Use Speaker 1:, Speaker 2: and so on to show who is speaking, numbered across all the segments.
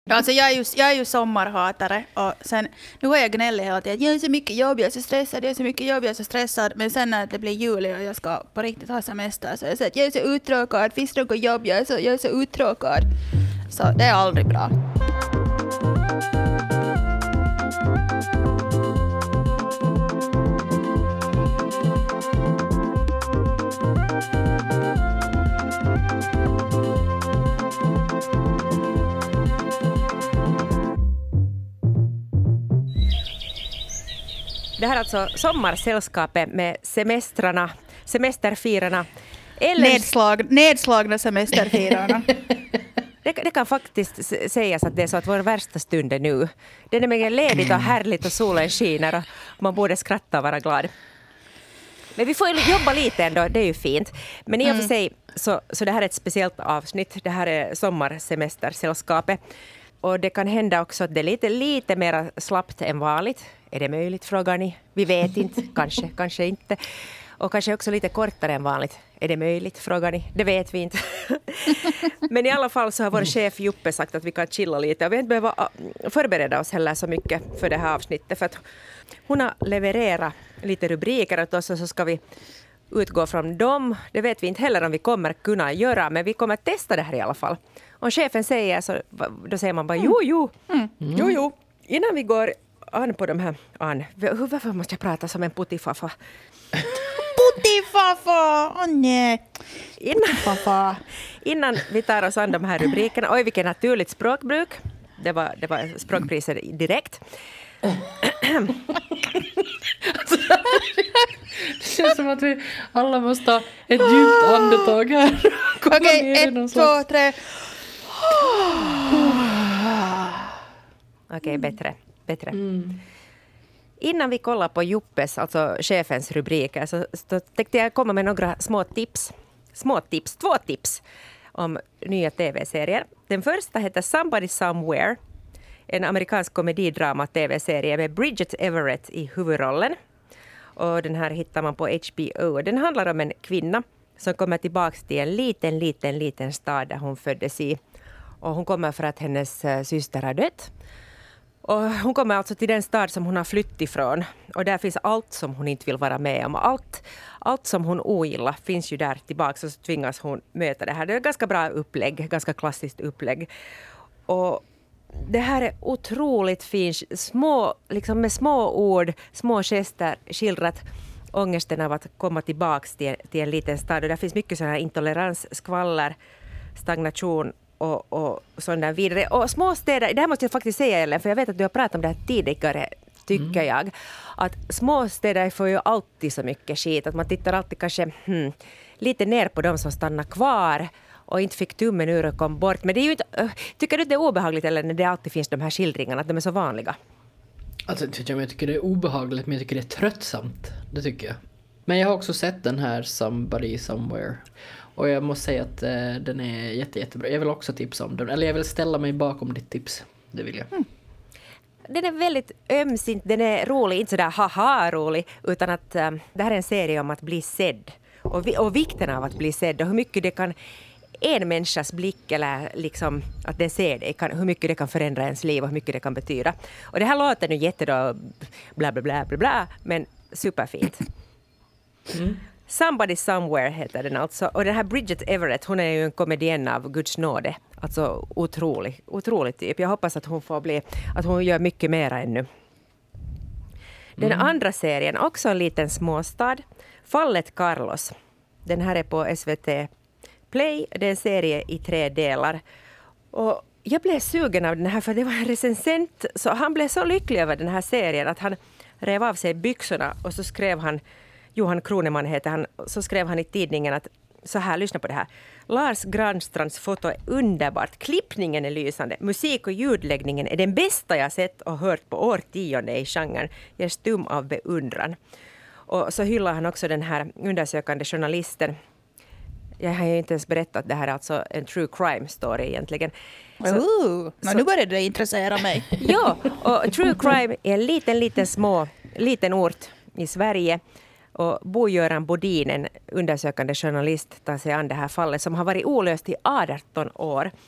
Speaker 1: Alltså jag är ju sommarhatare och sen, nu har jag gnälligt hela tiden. Jag är så mycket jobb, jag är så stressad, men sen när det blir juli och jag ska på riktigt ha semester så jag säger att jag är så uttråkad, finns det något jobb, jag är så uttråkad. Så det är aldrig bra.
Speaker 2: Det här är alltså sommarsällskapet med semesterfirarna.
Speaker 1: Nedslagna semesterfirarna.
Speaker 2: Det kan faktiskt sägas att det är så att vår värsta stund är nu. Det är nämligen ledigt och härligt och solen skiner och man borde skratta och vara glad. Men vi får jobba lite ändå, det är ju fint. Men i och för sig så det här är ett speciellt avsnitt. Det här är sommarsemestersällskapet. Och det kan hända också att det är lite mer slappt än vanligt. Är det möjligt, frågar ni? Vi vet inte, kanske inte. Och kanske också lite kortare än vanligt. Är det möjligt, frågar ni? Det vet vi inte. Men i alla fall så har vår chef Juppe sagt att vi kan chilla lite. Och vi har inte behövt förbereda oss heller så mycket för det här avsnittet. För att hon har levererat lite rubriker åt oss och så ska vi utgå från dem. Det vet vi inte heller om vi kommer kunna göra. Men vi kommer att testa det här i alla fall. Om chefen säger så då säger man bara jo. Innan vi går an på de här... Varför måste jag prata som en puttifaffa?
Speaker 1: Puttifaffa! Åh nej!
Speaker 2: Innan vi tar oss an de här rubrikerna. Oj, vilket naturligt språkbruk. Det var språkpriser direkt.
Speaker 3: Det känns som att vi alla måste ha ett djupt andetag här.
Speaker 1: Okej, 1, 2, 3...
Speaker 2: Okej, bättre. Innan vi kollar på Juppes, alltså chefens rubriker, så tänkte jag komma med några två tips om nya tv-serier. Den första heter Somebody Somewhere, en amerikansk komedidrama tv-serie med Bridget Everett i huvudrollen. Och den här hittar man på HBO. Den handlar om en kvinna som kommer tillbaka till en liten stad där hon föddes i. Och hon kommer för att hennes syster har dött. Och hon kommer alltså till den stad som hon har flytt ifrån. Och där finns allt som hon inte vill vara med om. Allt som hon ogillar finns ju där tillbaka, och så tvingas hon möta det här. Det är ett ganska bra upplägg, ganska klassiskt upplägg. Och det här är otroligt fint. Liksom med små ord, små gester skildrat ångesten av att komma tillbaka till en liten stad. Och där finns mycket sån här intolerans, skvaller, stagnation och sånt där vidare. Och små städer, det här måste jag faktiskt säga, Ellen, för jag vet att du har pratat om det här tidigare, tycker jag. Att små städer får ju alltid så mycket skit. Att man tittar alltid kanske lite ner på dem som stannar kvar och inte fick tummen ur och kom bort. Men det är ju inte, tycker du det är obehagligt, eller när det alltid finns de här skildringarna, att de är så vanliga?
Speaker 3: Alltså, jag tycker det är obehagligt, men jag tycker det är tröttsamt. Det tycker jag. Men jag har också sett den här Somebody Somewhere. Och jag måste säga att den är jättebra. Jag vill också tipsa om den. Eller jag vill ställa mig bakom ditt tips. Det vill jag.
Speaker 2: Den är väldigt ömsint. Den är rolig. Inte sådär haha-rolig. Utan att det här är en serie om att bli sedd. Och vikten av att bli sedd. Och hur mycket det kan... En människas blick eller liksom att den ser dig, hur mycket det kan förändra ens liv och hur mycket det kan betyda. Och det här låter nu jättebra, bla bla bla bla bla, men superfint. Somebody Somewhere heter den alltså. Och den här Bridget Everett, hon är ju en komedienn av Guds nåde. Alltså otrolig typ. Jag hoppas att hon gör mycket mer ännu. Den andra serien, också en liten småstad, Fallet Carlos. Den här är på SVT Play. Det är en serie i 3 delar. Och jag blev sugen av den här, för det var en recensent. Så han blev så lycklig över den här serien att han rev av sig byxorna och så skrev han, Johan Kroneman heter han, så skrev han i tidningen att så här, lyssna på det här. Lars Granstrands foto är underbart. Klippningen är lysande. Musik- och ljudläggningen är den bästa jag sett och hört på årtionde i genren. Jag är stum av beundran. Och så hyllar han också den här undersökande journalisten. Jag har ju inte ens berättat, det här är alltså en true crime story egentligen.
Speaker 1: Nu börjar det intressera mig.
Speaker 2: Ja, och true crime är en liten ort i Sverige. Och Bo-Göran Bodin, en undersökande journalist, tar sig an det här fallet som har varit olöst i 18 år.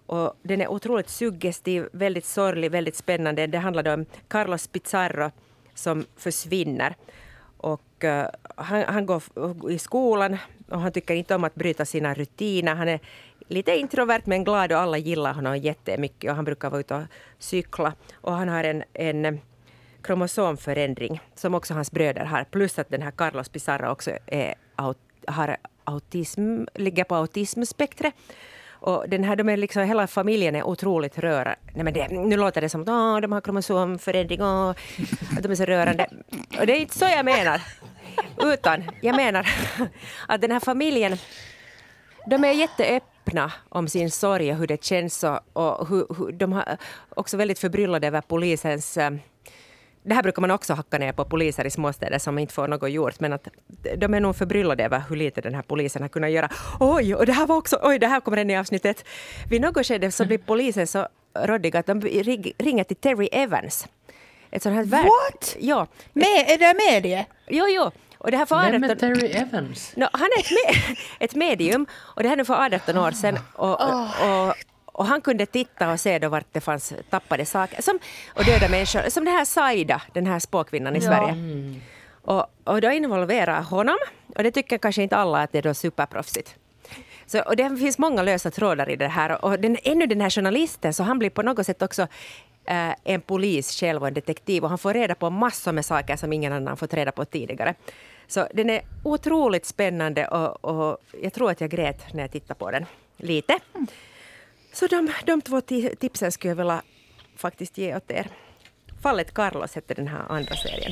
Speaker 2: Och den är otroligt suggestiv, väldigt sorglig, väldigt spännande. Det handlar om Carlos Pizarro som försvinner. Och han går i skolan och han tycker inte om att bryta sina rutiner. Han är lite introvert men glad och alla gillar honom jättemycket. Och han brukar vara ute och cykla. Och han har en kromosomförändring som också hans bröder har. Plus att den här Carlos Pizarro också har autism, ligger på autismspektret. Och den här, de är liksom, hela familjen är otroligt rörande. Nej, men nu låter det som att de har kromosomförändring och att de är så rörande. Och det är inte så jag menar. Utan jag menar att den här familjen, de är jätteöppna om sin sorg och hur det känns. Och hur de har också väldigt förbryllade över polisens... Det här brukar man också hacka ner på poliser i småstäder som inte får något gjort. Men att de är nog förbryllade över hur lite den här polisen har kunnat göra. Oj, och det här var också... Oj, det här kommer in i avsnittet. Vid något skede så blir polisen så råddiga att de ringer till Terry Evans. Ett sånt här
Speaker 1: What?
Speaker 2: Ja.
Speaker 1: Är det med det?
Speaker 2: Jo. Och det här för 18...
Speaker 3: Vem är Terry Evans?
Speaker 2: No, han är ett medium. Och det här är för 18 år sedan. Och han kunde titta och se då vart det fanns tappade saker och döda människor. Som det här Saida, den här spåkvinnan i Sverige. Mm. Och då involverar honom. Och det tycker kanske inte alla att det är då superproffsigt. Så, och det finns många lösa trådar i det här. Och ännu den här journalisten, så han blir på något sätt också en polis själv och en detektiv. Och han får reda på massor med saker som ingen annan fått reda på tidigare. Så den är otroligt spännande och jag tror att jag grät när jag tittade på den lite. Så de två tipsen skulle jag vilja faktiskt ge åt er. Fallet Carlos heter den här andra serien.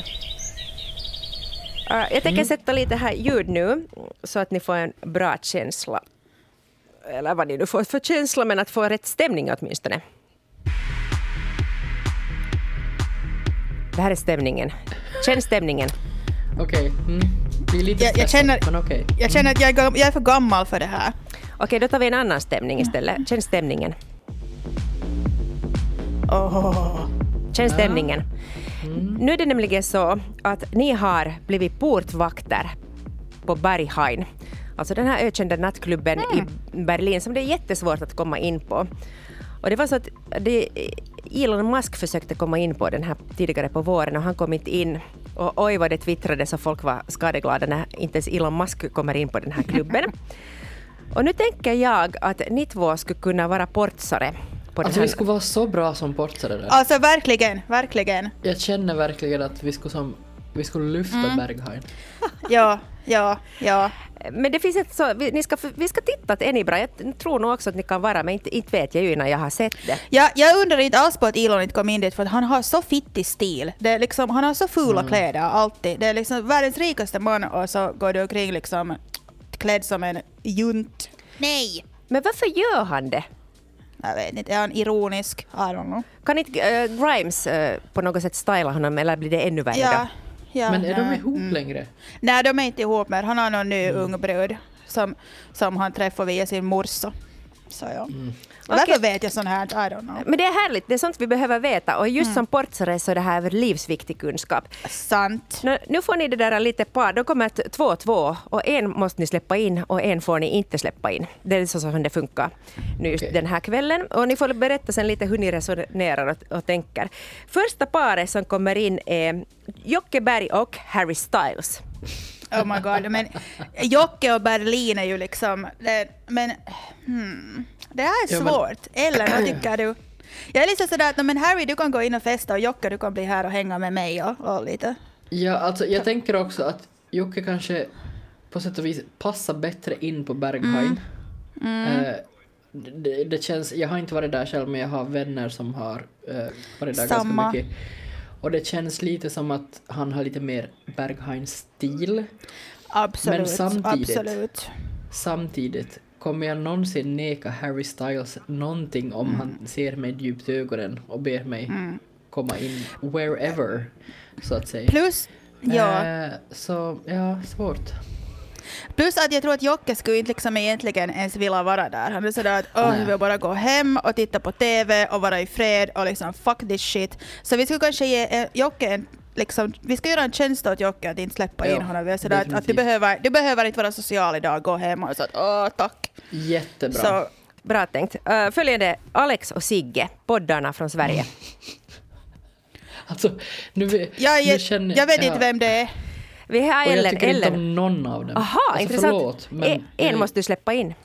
Speaker 2: Jag tänker sätta lite här ljud nu så att ni får en bra känsla. Eller vad ni nu får för känsla, men att få rätt stämning åtminstone. Det här är stämningen. Känn stämningen.
Speaker 3: Okej. Det är lite
Speaker 1: jag känner,
Speaker 3: men okej.
Speaker 1: Jag känner att jag är för gammal för det här.
Speaker 2: Okej, då tar vi en annan stämning istället. Känn stämningen. Känn stämningen. Nu är det nämligen så att ni har blivit portvakter på Berghain. Alltså den här ökända nattklubben i Berlin som det är jättesvårt att komma in på. Och det var så att Elon Musk försökte komma in på den här tidigare på våren och han kom inte in. Och oj vad det twittrade så folk var skadeglada när inte ens Elon Musk kommer in på den här klubben. Och nu tänker jag att ni två skulle kunna vara portsare.
Speaker 3: Alltså vi skulle vara så bra som portsare där.
Speaker 1: Alltså verkligen.
Speaker 3: Jag känner verkligen att vi skulle lyfta Berghain.
Speaker 1: Ja.
Speaker 2: Men det finns ett så, vi ska titta att är ni bra. Jag tror nog också att ni kan vara, men inte vet jag ju innan jag har sett det.
Speaker 1: Ja, jag undrar inte alls på att Elon inte kom in dit för att han har så fittig stil. Det är liksom, han har så fula kläder alltid. Det är liksom världens rikaste man och så går du omkring liksom klädd som en junt. Nej!
Speaker 2: Men varför gör han det?
Speaker 1: Jag vet inte, är han ironisk? I don't know.
Speaker 2: Kan inte Grimes på något sätt styla honom eller blir det ännu värre då?
Speaker 3: Ja, men är de ihop längre?
Speaker 1: Nej, de är inte ihop med. Han har någon ny ung brud som han träffar via sin morsa. Så ja. Därför vet jag sånt här, I don't know.
Speaker 2: Men det är härligt, det är sånt vi behöver veta. Och just som portsare så är det här livsviktig kunskap.
Speaker 1: Sant.
Speaker 2: Nu får ni det där lite par. Då kommer 2-2 och en måste ni släppa in och en får ni inte släppa in. Det är så som det funkar nu just den här kvällen. Och ni får berätta sen lite hur ni resonerar och tänker. Första paret som kommer in är Jocke Berg och Harry Styles.
Speaker 1: Oh my god, men Jocke och Berlin är ju liksom det här är svårt. Eller vad tycker du? Jag är liksom sådär att men Harry, du kan gå in och festa och Jocke, du kan bli här och hänga med mig och lite. Ja,
Speaker 3: alltså jag tänker också att Jocke kanske på sätt och vis passar bättre in på Berghain. Det känns, jag har inte varit där själv men jag har vänner som har varit där ganska mycket. Och det känns lite som att han har lite mer Berghain-stil.
Speaker 1: Absolut,
Speaker 3: men samtidigt kommer jag någonsin neka Harry Styles någonting om han ser mig djupt i ögonen och ber mig komma in wherever, så att säga.
Speaker 1: Plus,
Speaker 3: så, ja, svårt.
Speaker 1: Plus att jag tror att Jocke skulle inte liksom egentligen ens vilja vara där. Han är sådär att jag vill bara gå hem och titta på TV och vara i fred och liksom fuck this shit. Så vi skulle kanske ge Jocke en liksom, vi ska göra en tjänst åt Jocke att inte släppa in honom. Vi är sådär att du behöver inte vara social idag, gå hem och så att tack.
Speaker 3: Jättebra.
Speaker 1: Så
Speaker 2: bra tänkt. Följande, Alex och Sigge, poddarna från Sverige.
Speaker 3: Alltså, nu känner
Speaker 1: jag vet inte vem det är.
Speaker 2: Vi har
Speaker 3: och jag tycker inte
Speaker 2: Ellen.
Speaker 3: om någon av dem.
Speaker 2: Aha,
Speaker 3: alltså,
Speaker 2: intressant.
Speaker 3: Förlåt, men
Speaker 2: En måste du släppa in.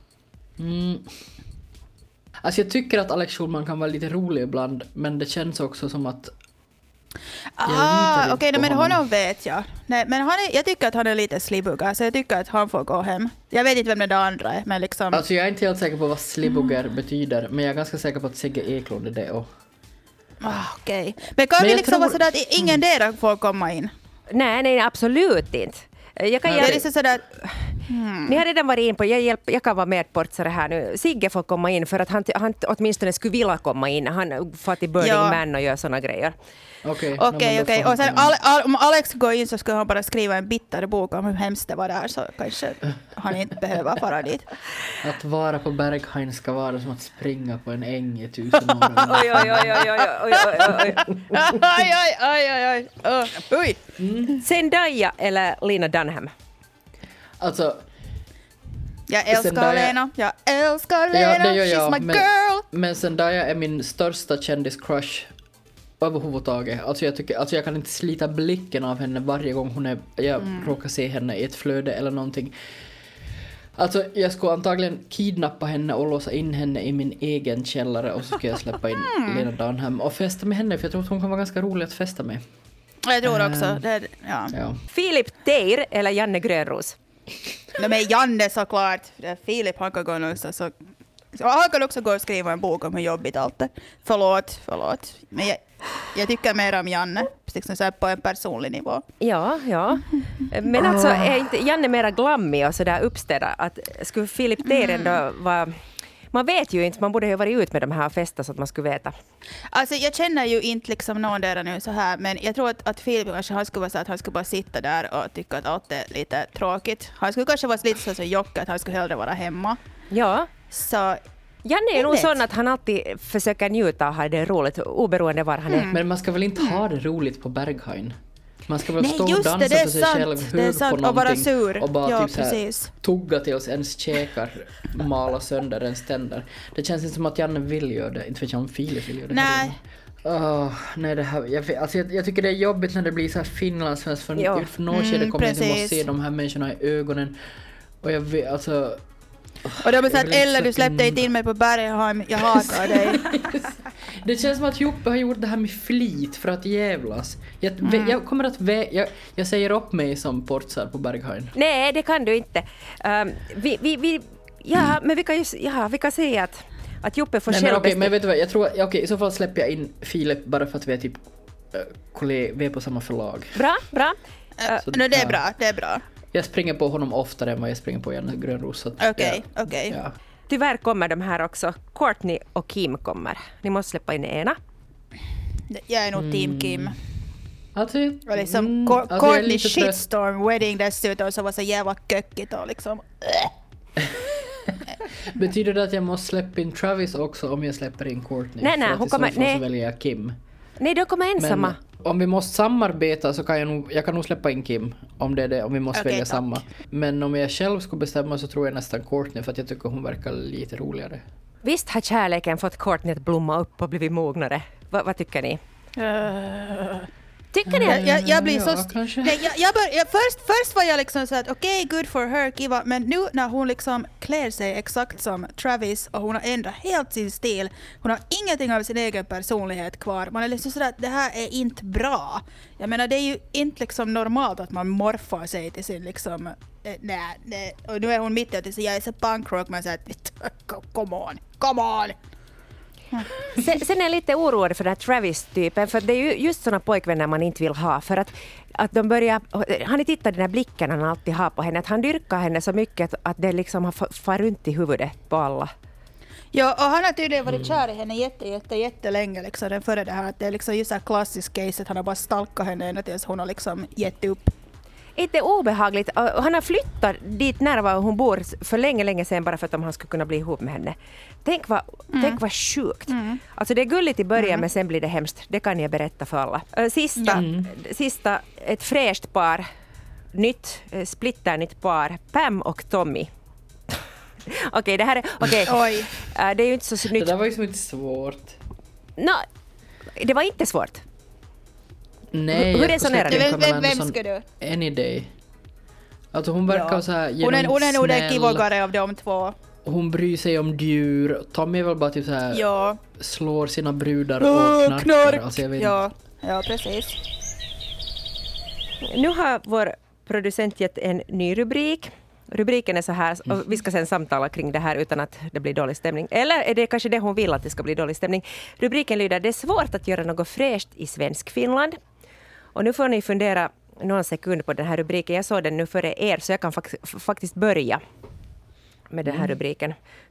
Speaker 3: Alltså jag tycker att Alex Schulman kan vara lite rolig ibland, men det känns också som att
Speaker 1: Okej, men honom vet jag. Nej, men jag tycker att han är lite slibug. Alltså jag tycker att han får gå hem. Jag vet inte vem den andra är, men liksom...
Speaker 3: Alltså jag är inte helt säker på vad slibugger betyder, men jag är ganska säker på att Sigge Eklund är det.
Speaker 1: Okej. Men kan vi liksom vara sådär att ingen där får komma in?
Speaker 2: Nej, absolut inte. Jag kan
Speaker 1: Det är liksom sådär...
Speaker 2: Ni har redan varit in på, jag kan vara med på det här nu. Sigge får komma in för att han åtminstone skulle vilja komma in. Han får till Burning Man och gör såna grejer.
Speaker 3: Okej.
Speaker 1: Och sen om Alex går in så skulle han bara skriva en bitter bok om hur hemskt det var där, så kanske han inte behöver fara dit.
Speaker 3: Att vara på Berghain ska vara som att springa på en äng i 1000 år.
Speaker 1: Oj.
Speaker 2: Zendaya eller Lena Dunham?
Speaker 3: Alltså,
Speaker 1: jag älskar
Speaker 3: Zendaya.
Speaker 1: Lena. Jag älskar Lena.
Speaker 3: det gör jag,
Speaker 1: She's my girl.
Speaker 3: Men Zendaya är min största kändis-crush överhuvudtaget. Alltså jag kan inte slita blicken av henne varje gång jag råkar se henne i ett flöde eller någonting. Alltså jag skulle antagligen kidnappa henne och låsa in henne i min egen källare och så ska jag släppa in Lena Dunham och festa med henne, för jag tror att hon kan vara ganska rolig att festa med.
Speaker 1: Jag tror också. Ja.
Speaker 2: Filip Teir eller Janne Grönros?
Speaker 1: Men Janne såklart. Filip han kan gå någonstans så han kan också gå och skriva en bok om hur jobbigt allt är. Förlåt. Men jag tycker mer om Janne, liksom så här på en personlig nivå.
Speaker 2: Ja. Men alltså är inte Janne mera glammig och sådär uppstädda? Att skulle Filip Teir ändå vara... Man vet ju inte, man borde ju varit ut med de här festerna så att man skulle veta.
Speaker 1: Alltså jag känner ju inte liksom någon där nu så här, men jag tror att Filip kanske han skulle vara så att han skulle bara sitta där och tycka att allt är lite tråkigt. Han skulle kanske vara lite så Jocke att han skulle hellre vara hemma.
Speaker 2: Ja.
Speaker 1: Så
Speaker 2: Janne är nog sån att han alltid försöker njuta och ha det roligt oberoende var han är.
Speaker 3: Men man ska väl inte ha det roligt på Berghain? Man ska väl
Speaker 1: Nej,
Speaker 3: stå och
Speaker 1: just
Speaker 3: dansa
Speaker 1: det är
Speaker 3: för sig
Speaker 1: sant.
Speaker 3: själv,
Speaker 1: Det är
Speaker 3: hugga
Speaker 1: sant,
Speaker 3: på
Speaker 1: och vara
Speaker 3: någonting
Speaker 1: sur.
Speaker 3: och bara
Speaker 1: Ja,
Speaker 3: typ så här,
Speaker 1: precis.
Speaker 3: tugga tills ens käkar mala sönder ens tänder. Det känns inte som att Janne vill göra det, inte för att jag om Filip vill göra det.
Speaker 1: Nej.
Speaker 3: Nej, det här, jag tycker det är jobbigt när det blir så här finlandssvenskt för något skede kommer jag inte att se de här människorna i ögonen. Och jag vet, alltså...
Speaker 1: Och de har sagt, eller du släppte inte in mig på Berghain, jag hatar dig.
Speaker 3: Det känns som att Joppe har gjort det här med flit för att jävlas. Jag kommer att jag säger upp mig som portsar på Berghain.
Speaker 2: Nej, det kan du inte. Men vi kan säga att Joppe får själv...
Speaker 3: Men vet du vad, jag tror i så fall släpper jag in Filip bara för att vi är typ vi är på samma förlag.
Speaker 2: Bra.
Speaker 1: Det är bra.
Speaker 3: Jag springer på honom oftare än vad jag springer på Janne Grönros.
Speaker 1: Okej.
Speaker 3: Ja.
Speaker 2: Tyvärr kommer de här också. Courtney och Kim kommer. Ni måste släppa in ena.
Speaker 1: Jag är nog team Kim.
Speaker 3: Alltså,
Speaker 1: Och liksom Courtney shitstorm wedding dessutom så var så jävla kökigt och liksom...
Speaker 3: Betyder det att jag måste släppa in Travis också om jag släpper in Courtney?
Speaker 2: Nej, hon kommer...
Speaker 3: Så väljer jag Kim.
Speaker 2: Nej, de kommer ensamma.
Speaker 3: Men om vi måste samarbeta så kan jag kan nog släppa in Kim om vi måste välja samma. Men om jag själv skulle bestämma så tror jag nästan Courtney för att jag tycker hon verkar lite roligare.
Speaker 2: Visst har kärleken fått Courtney att blomma upp och blivit mognare. Vad tycker ni? Tycker ni?
Speaker 1: Jag blir så... Nej, först var jag liksom så att okej, good for her, Kiva. Men nu när hon liksom klär sig exakt som Travis och hon har ändrat helt sin stil. Hon har ingenting av sin egen personlighet kvar. Man är liksom så att det här är inte bra. Jag menar, det är ju inte liksom normalt att man morfar sig till sin liksom... Nej. Och nu är hon mitt i att jag är så punkrock, men så att come on.
Speaker 2: Sen är jag lite orolig för den här Travis-typen, för det är ju just såna pojkvänner man inte vill ha, för att de börjar, han är tittat den här blicken han alltid har på henne, att han dyrkar henne så mycket att det liksom har far runt i huvudet på alla.
Speaker 1: Ja, och han har tydligen varit kär i henne jättelänge liksom, den före det här, att det är liksom just så här klassiskt case att han har bara stalkat henne ända tills hon har liksom gett upp.
Speaker 2: Inte obehagligt. Han har flyttat dit nära hon bor för länge sedan bara för att han skulle kunna bli ihop med henne. Tänk vad sjukt. Alltså det är gulligt i början men sen blir det hemskt. Det kan jag berätta för alla. Sista ett fräscht par. Splitternytt par. Pam och Tommy. Okej, det här är... Okej.
Speaker 1: Oj.
Speaker 2: Det är ju inte så snyggt.
Speaker 3: Det där var ju som inte svårt.
Speaker 2: Det var inte svårt.
Speaker 3: Nej,
Speaker 2: Hur resonerar du?
Speaker 1: Vem ska du?
Speaker 3: Any day. Alltså hon verkar så här
Speaker 1: Hon är nog den
Speaker 3: snäll.
Speaker 1: kivågare av de två.
Speaker 3: Hon bryr sig om djur. Tommy är väl bara typ så här
Speaker 1: Ja.
Speaker 3: slår sina brudar och knarkar. Alltså jag vet inte.
Speaker 1: Ja, precis.
Speaker 2: Nu har vår producent gett en ny rubrik. Rubriken är så här, och vi ska sen samtala kring det här utan att det blir dålig stämning. Eller är det kanske det hon vill att det ska bli dålig stämning? Rubriken lyder: det är svårt att göra något fräscht i svensk Finland. Och nu får ni fundera någon sekund på den här rubriken. Jag såg den nu före er så jag kan faktiskt börja med den här rubriken.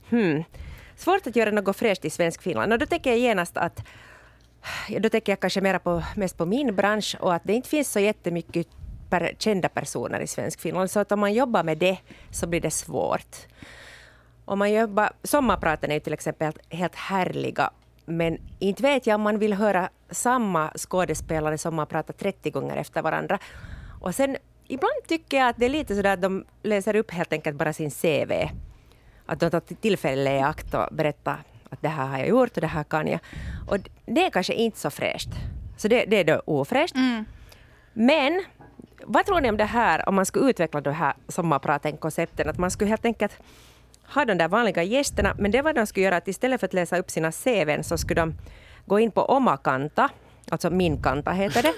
Speaker 2: Svårt att göra något fräscht i svensk Finland. Och då tänker jag genast att då tänker jag kanske mest på min bransch och att det inte finns så jättemycket kända personer i svensk Finland. Så att om man jobbar med det så blir det svårt. Om man jobbar, sommarpraten är ju till exempel helt härliga. Men inte vet jag om man vill höra samma skådespelare som man pratar 30 gånger efter varandra. Och sen ibland tycker jag att det är lite sådär att de läser upp helt enkelt bara sin CV. Att de tar tillfälle i akt och berättar att det här har jag gjort och det här kan jag. Och det är kanske inte så fräscht. Så det är då ofräscht. Men vad tror ni om det här, om man skulle utveckla det här sommarpraten-koncepten? Att man skulle helt enkelt ha de där vanliga gästerna, men det vad de skulle göra att istället för att läsa upp sina CV:n så skulle de gå in på Omakanta, alltså Min Kanta heter det.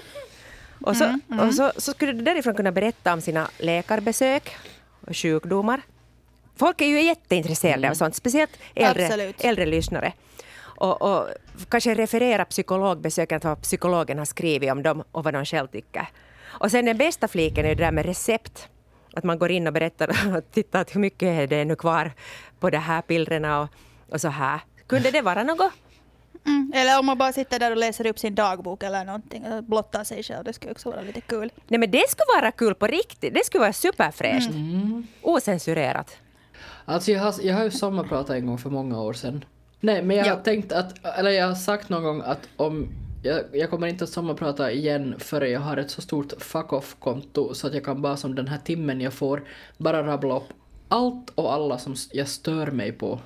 Speaker 2: Och så skulle de därifrån kunna berätta om sina läkarbesök och sjukdomar. Folk är ju jätteintresserade av sånt, speciellt äldre lyssnare. Och kanske referera psykologbesöken till vad psykologen har skrivit om dem och vad de själv tycker. Och sen den bästa fliken är det där med recept. Att man går in och berättar och tittar att hur mycket är det nu kvar på det här pillrena och så här. Kunde det vara något?
Speaker 1: Eller om man bara sitter där och läser upp sin dagbok eller någonting och blottar sig själv. Det skulle också vara lite kul.
Speaker 2: Nej, men det skulle vara kul på riktigt. Det skulle vara superfräscht. Ocensurerat.
Speaker 3: Alltså jag har ju sommarpratat en gång för många år sedan. Nej, men jag har tänkt att, eller jag har sagt någon gång att om jag kommer inte att sommarprata igen före jag har ett så stort fuck-off-konto så att jag kan bara som den här timmen jag får bara rabbla upp allt och alla som jag stör mig på.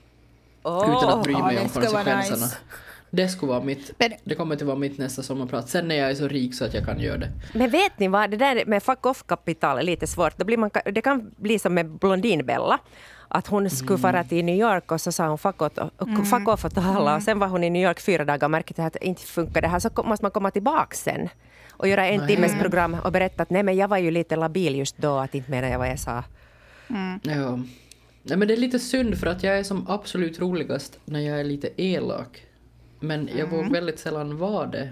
Speaker 3: Utan att bry mig om konsekvenserna. Nice. Det skulle vara det kommer att vara mitt nästa sommarprat. Sen när jag är så rik så att jag kan göra det.
Speaker 2: Men vet ni vad, det där med fuck-off-kapital är lite svårt. Det kan bli som med Blondinbella. Att hon skulle fara till New York och så sa hon fuck off åt alla. Och sen var hon i New York 4 dagar och märkte att det inte funkar det här. Så måste man komma tillbaka sen och göra en timmes program och berätta att nej, men jag var ju lite labil just då, att inte menar jag vad jag sa.
Speaker 3: Ja. Nej, men det är lite synd för att jag är som absolut roligast när jag är lite elak. Men jag vågar väldigt sällan vara det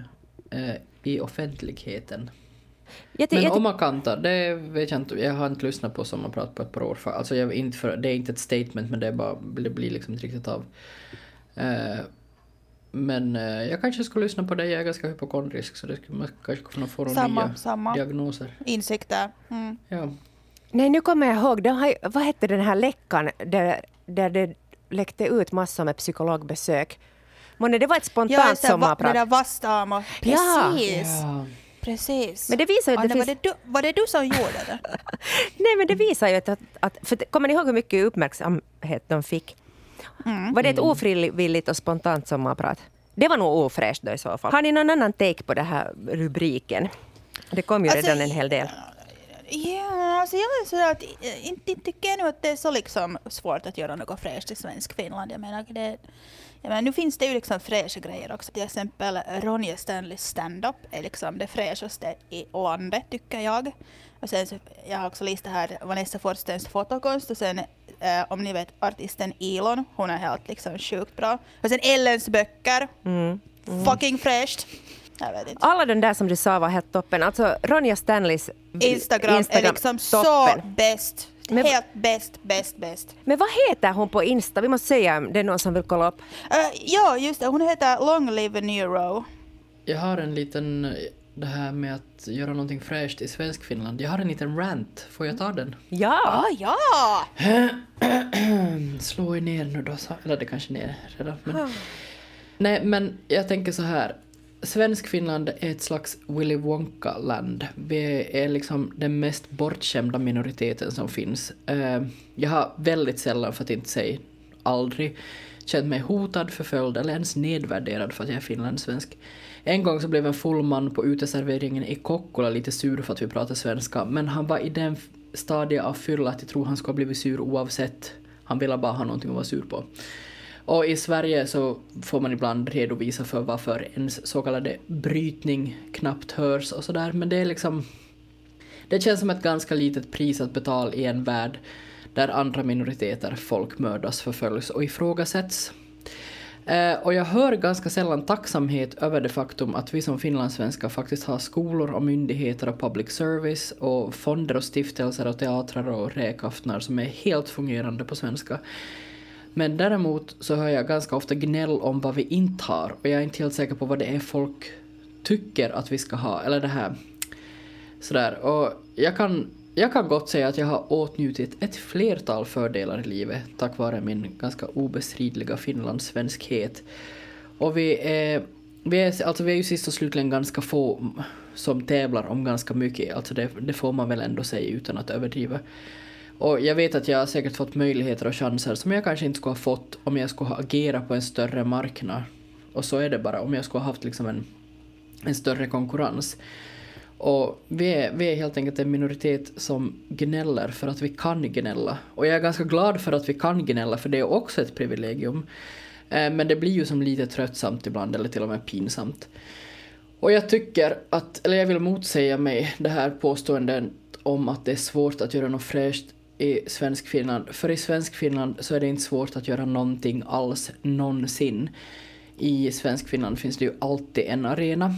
Speaker 3: i offentligheten. Men Omakanta, det vet jag inte. Jag har inte lyssnat på sommarprat på ett par år. Alltså det är inte ett statement, men det blir liksom inte riktigt av. Men jag kanske skulle lyssna på det. Jag är ganska hypokondrisk, så det skulle man kanske kunna få nya diagnoser.
Speaker 1: Insikter.
Speaker 3: Ja.
Speaker 2: Nej, nu kommer jag ihåg. Vad hette den här läckan där det läckte ut massor med psykologbesök? Men det var ett spontant sommarprat.
Speaker 1: Ja, det där Vastama. Precis. Ja. Precis.
Speaker 2: Men det visar ju att
Speaker 1: var det du som gjorde det?
Speaker 2: Nej, men det visar ju att för kommer ni ihåg hur mycket uppmärksamhet de fick? Var det ett ofrivilligt och spontant sommarprat? Det var nog ofräscht då i så fall. Har ni någon annan take på den här rubriken? Det kom ju redan en hel del.
Speaker 1: Ja, alltså jag vill säga att inte tycker jag nu att det är så liksom svårt att göra något fräscht i svensk Finland. Jag menar, nu finns det ju liksom fräscha grejer också. Till exempel Ronja Stanleys stand-up är liksom det fräschaste i landet, tycker jag. Och sen så, jag har också listat här Vanessa Forstens fotokonst. Och sen, om ni vet, artisten Elon, hon är helt liksom sjukt bra. Och sen Ellens böcker, fucking fräscht. Jag vet inte.
Speaker 2: Alla den där som du sa var helt toppen. Alltså Ronja Stanleys
Speaker 1: Instagram är liksom
Speaker 2: toppen.
Speaker 1: Så bäst. Helt bäst.
Speaker 2: Men vad heter hon på Insta? Vi måste säga om det är någon som vill kolla upp.
Speaker 1: Ja, just det. Hon heter Long Live Neuro.
Speaker 3: Jag har en liten, det här med att göra någonting fräscht i svensk Finland. Jag har en liten rant. Får jag ta den?
Speaker 2: Ja.
Speaker 1: Ja.
Speaker 3: Slå er ner nu då. Eller det kanske ner redan. Men... Nej, men jag tänker så här. Svensk Finland är ett slags Willy Wonka-land. Vi är liksom den mest bortskämda minoriteten som finns. Jag har väldigt sällan, för att inte säga aldrig, känt mig hotad, förföljd eller ens nedvärderad för att jag är finlandssvensk. En gång så blev en full man på uteserveringen i Kokkola lite sur för att vi pratar svenska, men han var i den stadie av fylla att jag tror han skulle ha blivit sur oavsett. Han ville bara ha någonting att vara sur på. Och i Sverige så får man ibland redovisa för varför ens så kallade brytning knappt hörs och sådär. Men det är liksom, det känns som ett ganska litet pris att betala i en värld där andra minoriteter, folk mördas, förföljs och ifrågasätts. Och jag hör ganska sällan tacksamhet över det faktum att vi som finlandssvenskar faktiskt har skolor och myndigheter och public service och fonder och stiftelser och teatrar och räkaftnar som är helt fungerande på svenska. Men däremot så hör jag ganska ofta gnäll om vad vi inte har. Och jag är inte helt säker på vad det är folk tycker att vi ska ha. Eller det här. Sådär. Och jag kan gott säga att jag har åtnjutit ett flertal fördelar i livet tack vare min ganska obestridliga finlandssvenskhet. Och vi är ju sist och slutligen ganska få som tävlar om ganska mycket. Alltså det får man väl ändå säga utan att överdriva. Och jag vet att jag har säkert fått möjligheter och chanser som jag kanske inte skulle ha fått om jag skulle ha agerat på en större marknad. Och så är det bara, om jag skulle ha haft liksom en större konkurrens. Och vi är helt enkelt en minoritet som gnäller för att vi kan gnälla. Och jag är ganska glad för att vi kan gnälla, för det är också ett privilegium. Men det blir ju som lite tröttsamt ibland, eller till och med pinsamt. Och jag tycker att, eller jag vill motsäga mig det här påståendet om att det är svårt att göra något fräscht i svensk Finland. För i svensk Finland så är det inte svårt att göra någonting alls någonsin. I svensk Finland finns det ju alltid en arena.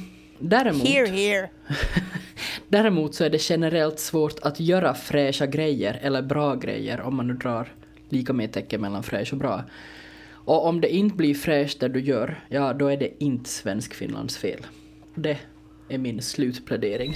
Speaker 3: Däremot så är det generellt svårt att göra fräscha grejer eller bra grejer, om man nu drar lika med tecken mellan fräsch och bra. Och om det inte blir fräscht det du gör, ja då är det inte svensk Finlands fel. Det är min slutplädering.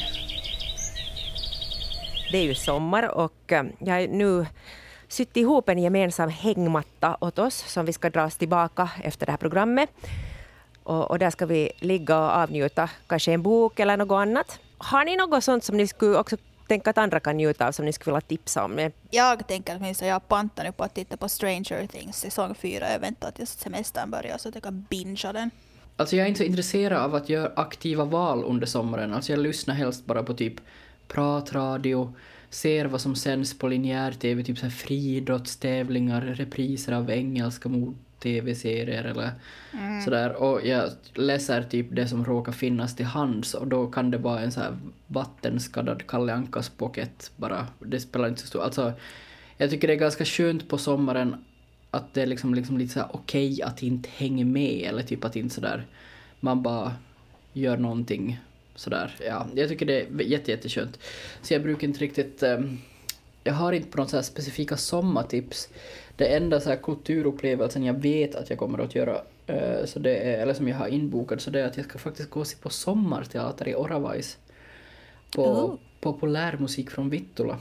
Speaker 2: Det är ju sommar och jag har nu sytt ihop en gemensam hängmatta åt oss som vi ska dras tillbaka efter det här programmet. Och där ska vi ligga och avnjuta kanske en bok eller något annat. Har ni något sånt som ni skulle också tänka att andra kan njuta av som ni skulle vilja tipsa om?
Speaker 1: Jag tänker att jag pantar nu på att titta på Stranger Things säsong 4. Jag väntar tills semestern börjar så att jag kan bingea den.
Speaker 3: Alltså jag är inte så intresserad av att göra aktiva val under sommaren. Alltså jag lyssnar helst bara på typ pratradio, ser vad som sänds på linjär tv, typ så här friidrottstävlingar, repriser av engelska tv-serier eller sådär. Och jag läser typ det som råkar finnas till hands och då kan det vara en så här vattenskadad Kalle Ankas pocket bara. Det spelar inte så stor. Alltså jag tycker det är ganska skönt på sommaren att det är liksom lite så här okej att inte hänga med eller typ att inte sådär man bara gör någonting sådär. Ja, jag tycker det är jätteskönt. Så jag brukar inte riktigt jag har inte på något så här specifika sommartips. Det enda så här kulturupplevelsen jag vet att jag kommer att göra så det är, eller som jag har inbokat, så det är att jag ska faktiskt gå och se på sommarteater i Oravais på populärmusik från Vittula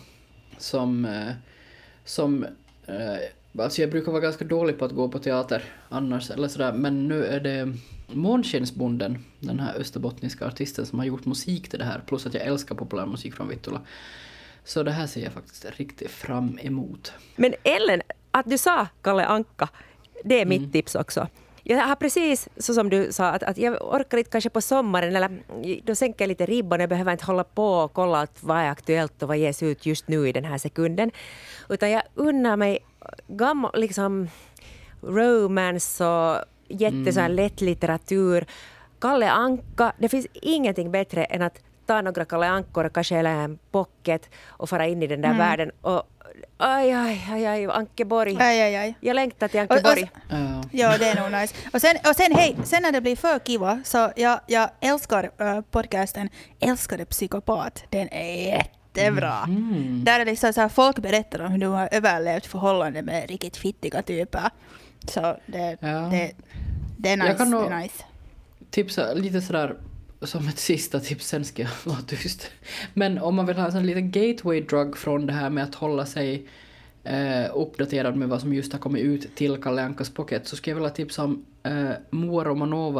Speaker 3: alltså jag brukar vara ganska dålig på att gå på teater annars eller sådär, men nu är det Månskensbonden, den här österbottniska artisten som har gjort musik till det här, plus att jag älskar populärmusik från Vittula. Så det här ser jag faktiskt riktigt fram emot.
Speaker 2: Men Ellen, att du sa Kalle Anka, det är mitt tips också. Jag har precis så som du sa att jag orkar inte kanske på sommaren eller då sänker jag lite ribban. Jag behöver inte hålla på och kolla att vad är aktuellt och vad ges ut just nu i den här sekunden. Utan jag unnar mig gammal liksom romance och så här lätt litteratur. Kalle Anka, det finns ingenting bättre än att ta några Kalle Ankor och kanske en pocket och fara in i den där världen och aj, Ankeborg.
Speaker 1: Aj.
Speaker 2: Jag längtar till Ankeborg.
Speaker 1: Ja, det är nog nice. Och sen när det blir för kiva så jag älskar podcasten Älskade psykopat. Den är jättebra. Där är liksom så här, folk berättar om hur de har överlevt förhållande med riktigt fittiga typer. Så det är nice.
Speaker 3: Jag kan
Speaker 1: det är nice.
Speaker 3: Tipsa lite sådär som ett sista tips, sen ska jag vara tyst. Men om man vill ha en sån liten gateway drug från det här med att hålla sig uppdaterad med vad som just har kommit ut till Kalle Ankas pocket, så ska jag vilja tipsa om Moa Romanovas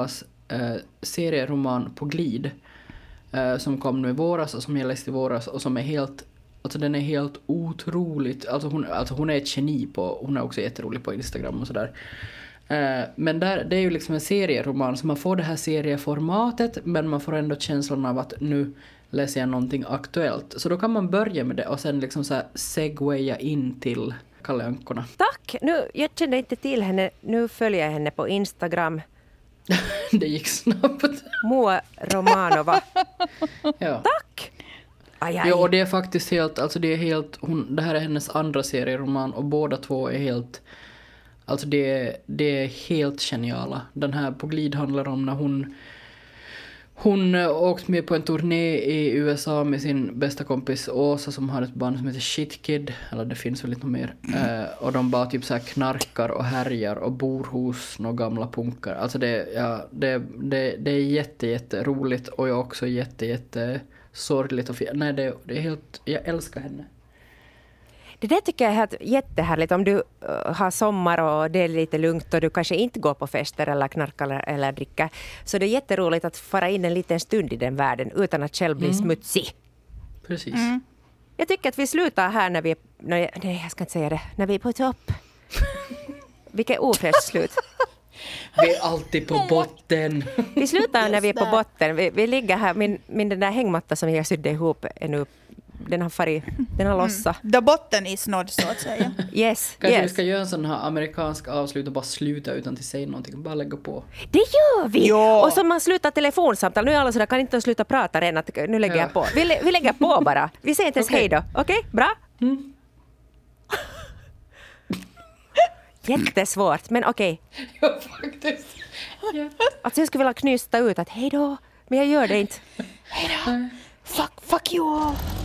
Speaker 3: serieroman på glid som kom nu i våras och som jag läste i våras och som är helt, alltså den är helt otroligt, alltså hon är ett geni på, hon är också jätterolig på Instagram och sådär. Men det är ju liksom en serieroman så man får det här serieformatet men man får ändå känslan av att nu läser jag någonting aktuellt. Så då kan man börja med det och sen liksom så här segwaya in till Kalle Ankorna.
Speaker 2: Tack! Jag känner inte till henne. Nu följer jag henne på Instagram.
Speaker 3: Det gick snabbt.
Speaker 2: Moa Romanova.
Speaker 3: Ja.
Speaker 2: Tack! Aj.
Speaker 3: Ja, och det är faktiskt helt, alltså det är helt, det här är hennes andra serieroman och båda två är helt, alltså det är helt geniala. Den här på glid handlar om när hon åkte med på en turné i USA med sin bästa kompis Åsa som har ett band som heter Shit Kid, eller det finns väl lite mer. Och de bara typ så här knarkar och härjar och bor hos några gamla punkar. Alltså det är jätte roligt och jag också jätte sorgligt och nej det är helt, jag älskar henne.
Speaker 2: Det där tycker jag är helt jättehärligt om du har sommar och det är lite lugnt och du kanske inte går på fester eller knarkar eller dricker. Så det är jätteroligt att fara in en liten stund i den världen utan att själv bli smutsig.
Speaker 3: Precis.
Speaker 2: Jag tycker att vi slutar här när vi är, nej jag ska inte säga det, när vi är på topp. Vilket ofräscht slut.
Speaker 3: Vi är alltid på botten.
Speaker 2: Vi slutar när vi är på botten. Vi ligger här, min den där hängmatta som jag sydde ihop är nu, den har lossat.
Speaker 1: The botten is nådd så att säga.
Speaker 2: Yes.
Speaker 3: Kanske vi ska göra en sån här amerikansk avslut och bara sluta utan att säga någonting. Bara lägga på.
Speaker 2: Det gör vi!
Speaker 1: Ja.
Speaker 2: Och så man slutar telefonsamtal. Nu är alla sådär, kan inte sluta prata redan. Nu lägger jag på. Vi lägger på bara. Vi säger inte ens hej då. Okej? Bra? Jättesvårt, men okej.
Speaker 3: Ja, faktiskt.
Speaker 2: Alltså jag skulle vilja knysta ut att hej då. Men jag gör det inte. Hej då. Fuck you all.